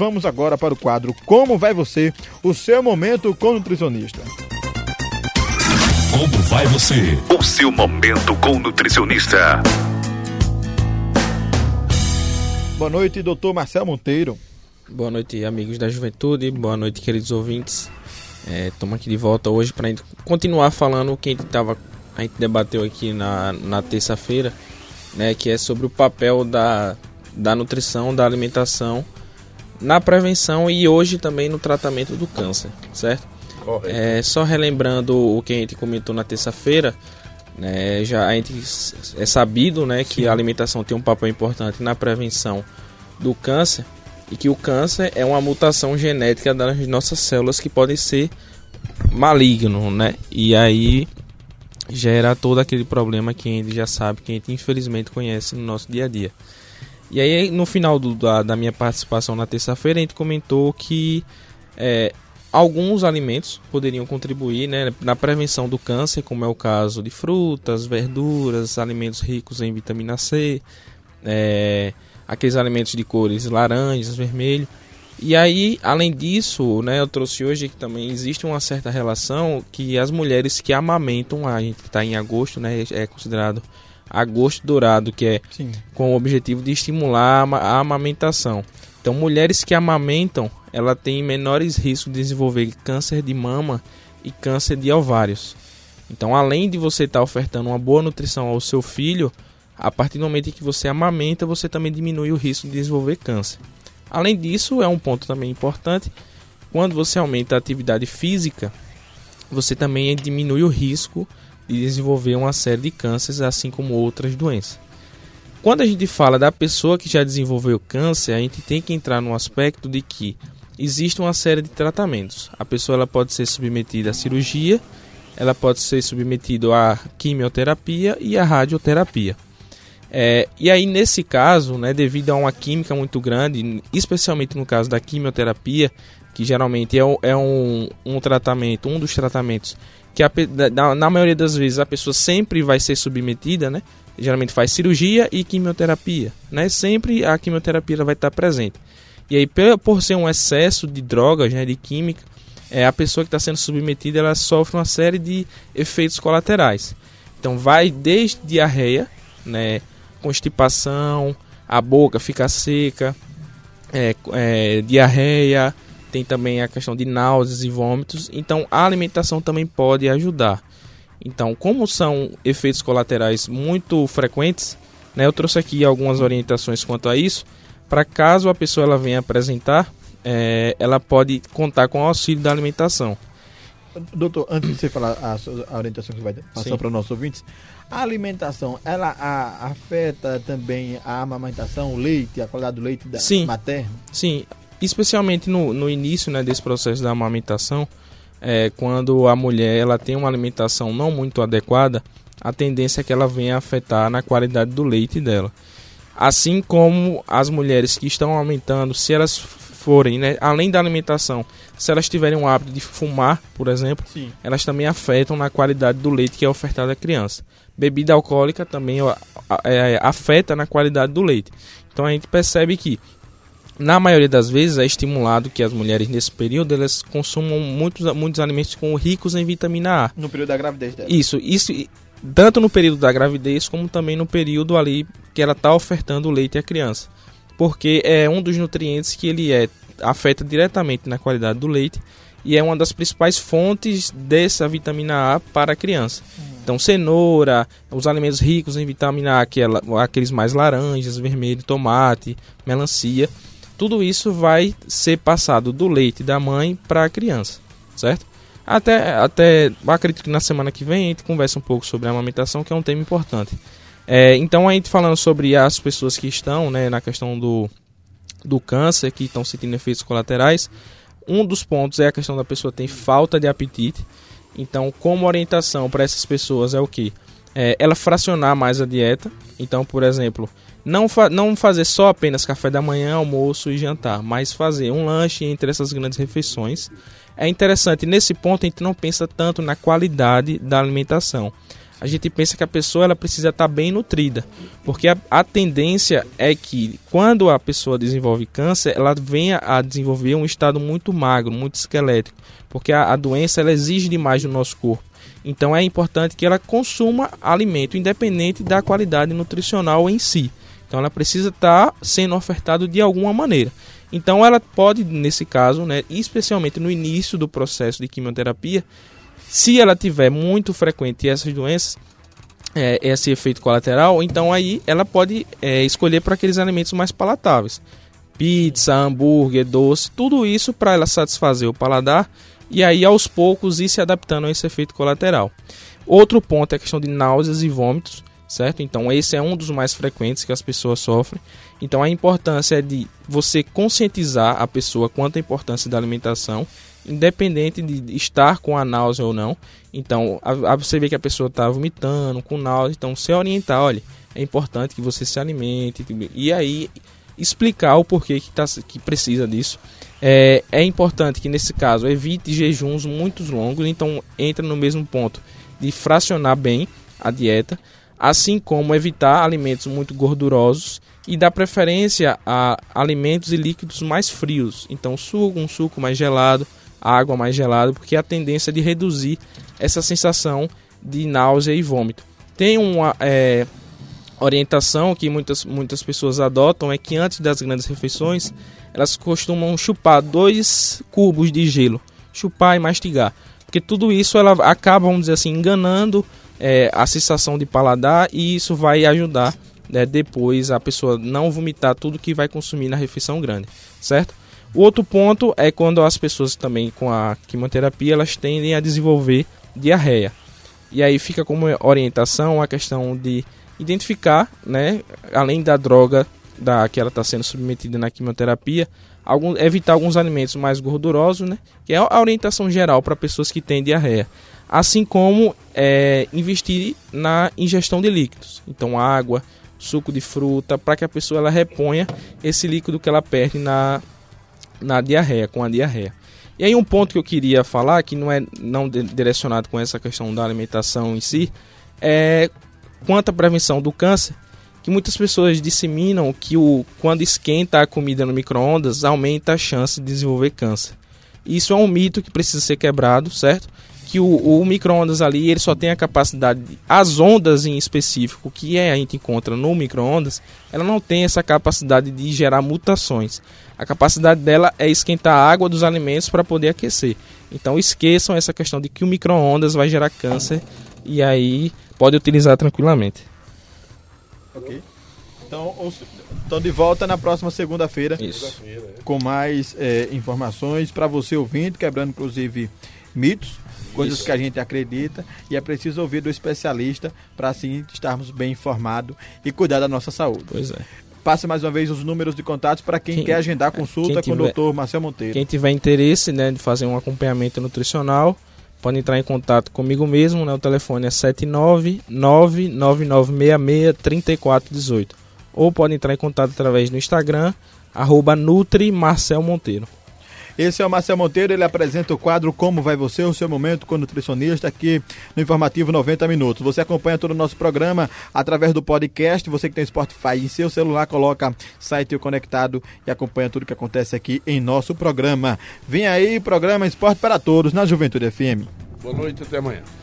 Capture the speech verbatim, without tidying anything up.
vamos agora para o quadro Como Vai Você? O seu momento com o nutricionista. Como vai você? O seu momento com o nutricionista. Boa noite, doutor Marcelo Monteiro. Boa noite, amigos da juventude. Boa noite, queridos ouvintes. Estamos é, aqui de volta hoje para a gente continuar falando o que a gente, tava, a gente debateu aqui na, na terça-feira, né, que é sobre o papel da, da nutrição, da alimentação na prevenção e hoje também no tratamento do câncer, certo? É, só relembrando o que a gente comentou na terça-feira, né, já a gente é sabido, né, que a alimentação tem um papel importante na prevenção do câncer e que o câncer é uma mutação genética das nossas células que podem ser maligno, né? E aí gera todo aquele problema que a gente já sabe, que a gente infelizmente conhece no nosso dia a dia. E aí no final do, da, da minha participação na terça-feira a gente comentou que é, alguns alimentos poderiam contribuir, né, na prevenção do câncer, como é o caso de frutas, verduras, alimentos ricos em vitamina C, é, aqueles alimentos de cores laranjas, vermelho. E aí, além disso, né, eu trouxe hoje que também existe uma certa relação que as mulheres que amamentam, a gente está em agosto, né, é considerado agosto dourado, que é Sim. com o objetivo de estimular a amamentação. Então, mulheres que amamentam, ela tem menores riscos de desenvolver câncer de mama e câncer de ovários. Então, além de você estar ofertando uma boa nutrição ao seu filho, a partir do momento em que você amamenta, você também diminui o risco de desenvolver câncer. Além disso, é um ponto também importante, quando você aumenta a atividade física, você também diminui o risco de desenvolver uma série de cânceres, assim como outras doenças. Quando a gente fala da pessoa que já desenvolveu câncer, a gente tem que entrar no aspecto de que existe uma série de tratamentos. A pessoa ela pode ser submetida à cirurgia, ela pode ser submetida à quimioterapia e à radioterapia. É, e aí, nesse caso, né, devido a uma química muito grande, especialmente no caso da quimioterapia, que geralmente é, é um, um tratamento, um dos tratamentos que a, na, na maioria das vezes a pessoa sempre vai ser submetida, né? Geralmente faz cirurgia e quimioterapia, né? Sempre a quimioterapia ela vai estar presente. E aí, por ser um excesso de drogas, né, de química, é, a pessoa que está sendo submetida ela sofre uma série de efeitos colaterais. Então, vai desde diarreia, né, constipação, a boca fica seca, é, é, diarreia, tem também a questão de náuseas e vômitos. Então, a alimentação também pode ajudar. Então, como são efeitos colaterais muito frequentes, né, eu trouxe aqui algumas orientações quanto a isso, para caso a pessoa ela venha apresentar, é, ela pode contar com o auxílio da alimentação. Doutor, antes de você falar a, a orientação que vai passar para os nossos ouvintes, a alimentação, ela a, afeta também a amamentação, o leite, a qualidade do leite da, sim, materno? Sim, especialmente no, no início, né, desse processo da amamentação, É, quando a mulher ela tem uma alimentação não muito adequada, a tendência é que ela venha afetar na qualidade do leite dela. Assim como as mulheres que estão aumentando, se elas forem, né, além da alimentação, se elas tiverem o hábito de fumar, por exemplo, Sim. elas também afetam na qualidade do leite que é ofertado à criança. Bebida alcoólica também é, afeta na qualidade do leite. Então a gente percebe que na maioria das vezes é estimulado que as mulheres nesse período elas consumam muitos, muitos alimentos com ricos em vitamina A. No período da gravidez dela. Isso, isso, tanto no período da gravidez como também no período ali que ela está ofertando o leite à criança. Porque é um dos nutrientes que ele é, afeta diretamente na qualidade do leite e é uma das principais fontes dessa vitamina A para a criança. Hum. Então cenoura, os alimentos ricos em vitamina A, que é, aqueles mais laranjas, vermelho, tomate, melancia, tudo isso vai ser passado do leite da mãe para a criança, certo? Até, até, acredito que na semana que vem a gente conversa um pouco sobre a amamentação, que é um tema importante. É, então, a gente falando sobre as pessoas que estão, né, na questão do, do câncer, que estão sentindo efeitos colaterais, um dos pontos é a questão da pessoa ter falta de apetite. Então, como orientação para essas pessoas é o quê? É, ela fracionar mais a dieta. Então, por exemplo, Não, fa- não fazer só apenas café da manhã, almoço e jantar, mas fazer um lanche entre essas grandes refeições. É interessante, nesse ponto a gente não pensa tanto na qualidade da alimentação. a gente pensa que a pessoa ela precisa estar bem nutrida, porque a, a tendência é que quando a pessoa desenvolve câncer, ela venha a desenvolver um estado muito magro, muito esquelético, porque a, a doença ela exige demais do nosso corpo. Então é importante que ela consuma alimento, independente da qualidade nutricional em si. Então ela precisa estar sendo ofertada de alguma maneira. Então ela pode, nesse caso, né, especialmente no início do processo de quimioterapia, se ela tiver muito frequente essas doenças, é, esse efeito colateral, então aí ela pode é, escolher para aqueles alimentos mais palatáveis. Pizza, hambúrguer, doce, tudo isso para ela satisfazer o paladar e aí aos poucos ir se adaptando a esse efeito colateral. Outro ponto é a questão de náuseas e vômitos, certo? Então esse é um dos mais frequentes que as pessoas sofrem. Então a importância é de você conscientizar a pessoa quanto à importância da alimentação, independente de estar com a náusea ou não. Então a, a você vê que a pessoa está vomitando, com náusea, então se orientar, olha, é importante que você se alimente, e aí explicar o porquê que, tá, que precisa disso. É, é importante que nesse caso evite jejuns muito longos, então entra no mesmo ponto de fracionar bem a dieta, assim como evitar alimentos muito gordurosos e dar preferência a alimentos e líquidos mais frios. Então suco, um suco mais gelado, água mais gelada, porque a tendência é de reduzir essa sensação de náusea e vômito. Tem uma é, orientação que muitas, muitas pessoas adotam, é que antes das grandes refeições, elas costumam chupar dois cubos de gelo, chupar e mastigar, porque tudo isso ela acaba, vamos dizer assim, enganando é, a sensação de paladar, e isso vai ajudar, né, depois a pessoa não vomitar tudo que vai consumir na refeição grande, certo? O outro ponto é quando as pessoas também com a quimioterapia, elas tendem a desenvolver diarreia. E aí fica como orientação a questão de identificar, né, além da droga da, que ela está sendo submetida na quimioterapia, algum, evitar alguns alimentos mais gordurosos, né, que é a orientação geral para pessoas que têm diarreia. Assim como é, investir na ingestão de líquidos. Então água, suco de fruta, para que a pessoa ela reponha esse líquido que ela perde na na diarreia, com a diarreia. E aí um ponto que eu queria falar, que não é não direcionado com essa questão da alimentação em si, é quanto à prevenção do câncer, que muitas pessoas disseminam que o, quando esquenta a comida no micro-ondas, aumenta a chance de desenvolver câncer. Isso é um mito que precisa ser quebrado, certo? Que o, o micro-ondas ali, ele só tem a capacidade, de, as ondas em específico, que é, a gente encontra no micro-ondas, ela não tem essa capacidade de gerar mutações. A capacidade dela é esquentar a água dos alimentos para poder aquecer. Então esqueçam essa questão de que o micro-ondas vai gerar câncer, e aí pode utilizar tranquilamente. Ok. Então, estão de volta na próxima segunda-feira. Isso. Com mais é, informações para você ouvinte, quebrando inclusive mitos, coisas Isso. que a gente acredita, e é preciso ouvir do especialista para assim estarmos bem informados e cuidar da nossa saúde. Pois é. Passe mais uma vez os números de contatos para quem, quem quer agendar consulta tiver, com o doutor Marcel Monteiro. Quem tiver interesse, né, de fazer um acompanhamento nutricional, pode entrar em contato comigo mesmo, né, o telefone é sete nove nove nove nove seis seis três quatro um oito. Ou pode entrar em contato através do Instagram, arroba Nutri Marcel Monteiro. Esse é o Marcel Monteiro, ele apresenta o quadro Como Vai Você, o seu momento com o nutricionista, aqui no Informativo noventa Minutos. Você acompanha todo o nosso programa através do podcast. Você que tem Spotify em seu celular, coloca site conectado e acompanha tudo que acontece aqui em nosso programa. Vem aí, programa Esporte para Todos, na Juventude F M. Boa noite, até amanhã.